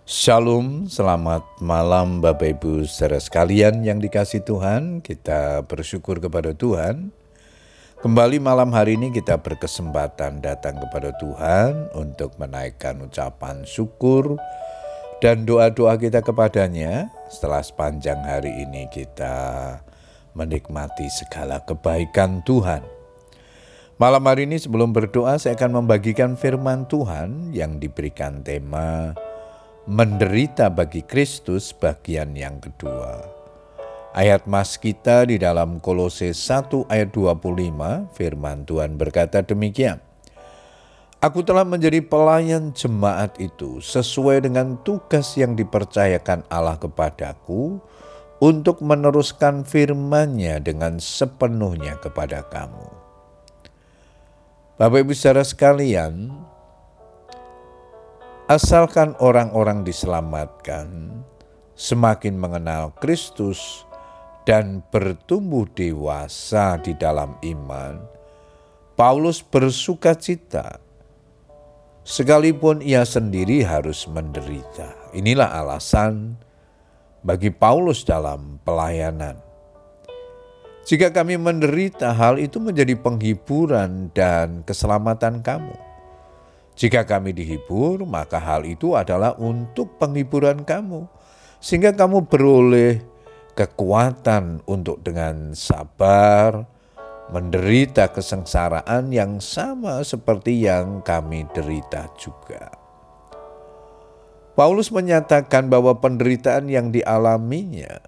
Shalom, selamat malam Bapak Ibu saudara sekalian yang dikasihi Tuhan. Kita bersyukur kepada Tuhan. Kembali malam hari ini kita berkesempatan datang kepada Tuhan untuk menaikkan ucapan syukur dan doa-doa kita kepadanya. Setelah sepanjang hari ini kita menikmati segala kebaikan Tuhan. Malam hari ini sebelum berdoa saya akan membagikan firman Tuhan yang diberikan tema menderita bagi Kristus bagian yang kedua. Ayat mas kita di dalam Kolose 1 ayat 25, firman Tuhan berkata demikian. Aku telah menjadi pelayan jemaat itu sesuai dengan tugas yang dipercayakan Allah kepadaku untuk meneruskan firman-Nya dengan sepenuhnya kepada kamu. Bapak Ibu saudara sekalian, asalkan orang-orang diselamatkan, semakin mengenal Kristus dan bertumbuh dewasa di dalam iman, Paulus bersukacita, sekalipun ia sendiri harus menderita. Inilah alasan bagi Paulus dalam pelayanan. Jika kami menderita, hal itu menjadi penghiburan dan keselamatan kamu. Jika kami dihibur, maka hal itu adalah untuk penghiburan kamu. Sehingga kamu beroleh kekuatan untuk dengan sabar menderita kesengsaraan yang sama seperti yang kami derita juga. Paulus menyatakan bahwa penderitaan yang dialaminya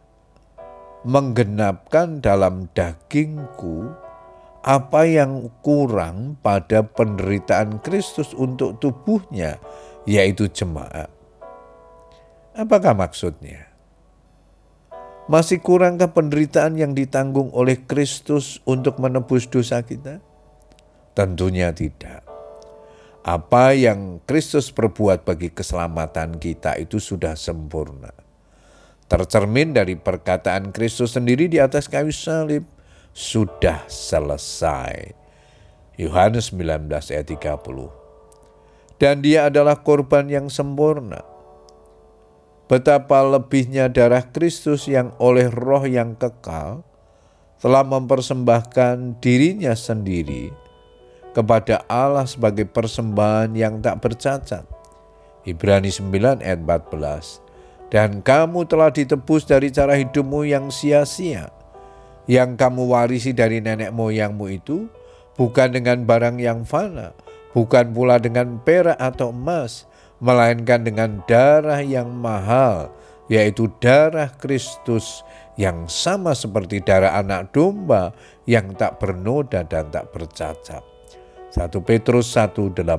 menggenapkan dalam dagingku apa yang kurang pada penderitaan Kristus untuk tubuhnya, yaitu jemaat. Apakah maksudnya? Masih kurangkah penderitaan yang ditanggung oleh Kristus untuk menebus dosa kita? Tentunya tidak. Apa yang Kristus perbuat bagi keselamatan kita itu sudah sempurna. Tercermin dari perkataan Kristus sendiri di atas kayu salib, sudah selesai. Yohanes 19 ayat 30. Dan dia adalah korban yang sempurna. Betapa lebihnya darah Kristus yang oleh roh yang kekal telah mempersembahkan dirinya sendiri kepada Allah sebagai persembahan yang tak bercacat. Ibrani 9 ayat 14. Dan kamu telah ditebus dari cara hidupmu yang sia-sia, yang kamu warisi dari nenek moyangmu itu, bukan dengan barang yang fana, bukan pula dengan perak atau emas, melainkan dengan darah yang mahal, yaitu darah Kristus yang sama seperti darah anak domba yang tak bernoda dan tak bercacat. 1 Petrus 1,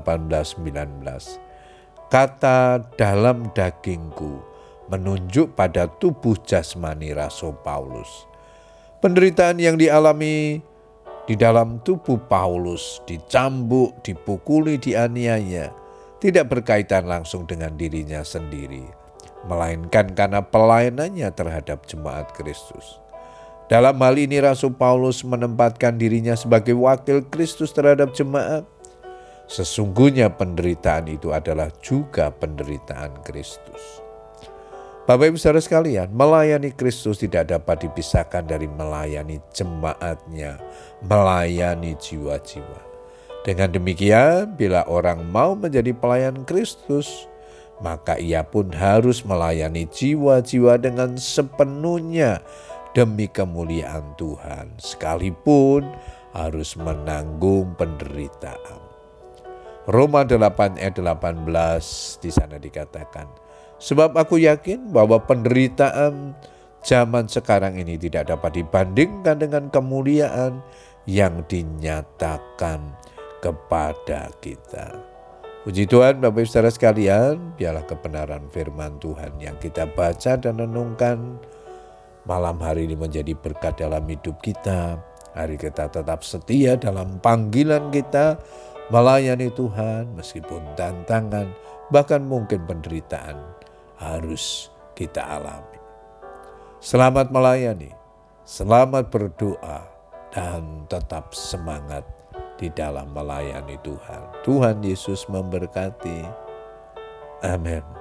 18-19. Kata dalam dagingku menunjuk pada tubuh jasmani Rasul Paulus. Penderitaan yang dialami di dalam tubuh Paulus, dicambuk, dipukuli, dianiaya, tidak berkaitan langsung dengan dirinya sendiri, melainkan karena pelayanannya terhadap jemaat Kristus. Dalam hal ini Rasul Paulus menempatkan dirinya sebagai wakil Kristus terhadap jemaat. Sesungguhnya penderitaan itu adalah juga penderitaan Kristus. Bapak Ibu saudara sekalian, melayani Kristus tidak dapat dipisahkan dari melayani jemaatnya, melayani jiwa-jiwa. Dengan demikian, bila orang mau menjadi pelayan Kristus, maka ia pun harus melayani jiwa-jiwa dengan sepenuhnya demi kemuliaan Tuhan, sekalipun harus menanggung penderitaan. Roma 8 ayat 18 di sana dikatakan, sebab aku yakin bahwa penderitaan zaman sekarang ini tidak dapat dibandingkan dengan kemuliaan yang dinyatakan kepada kita. Puji Tuhan Bapak Ibu saudara sekalian, biarlah kebenaran firman Tuhan yang kita baca dan renungkan malam hari ini menjadi berkat dalam hidup kita. Hari kita tetap setia dalam panggilan kita melayani Tuhan meskipun tantangan, bahkan mungkin penderitaan harus kita alami. Selamat melayani, selamat berdoa, dan tetap semangat di dalam melayani Tuhan. Tuhan Yesus memberkati. Amin.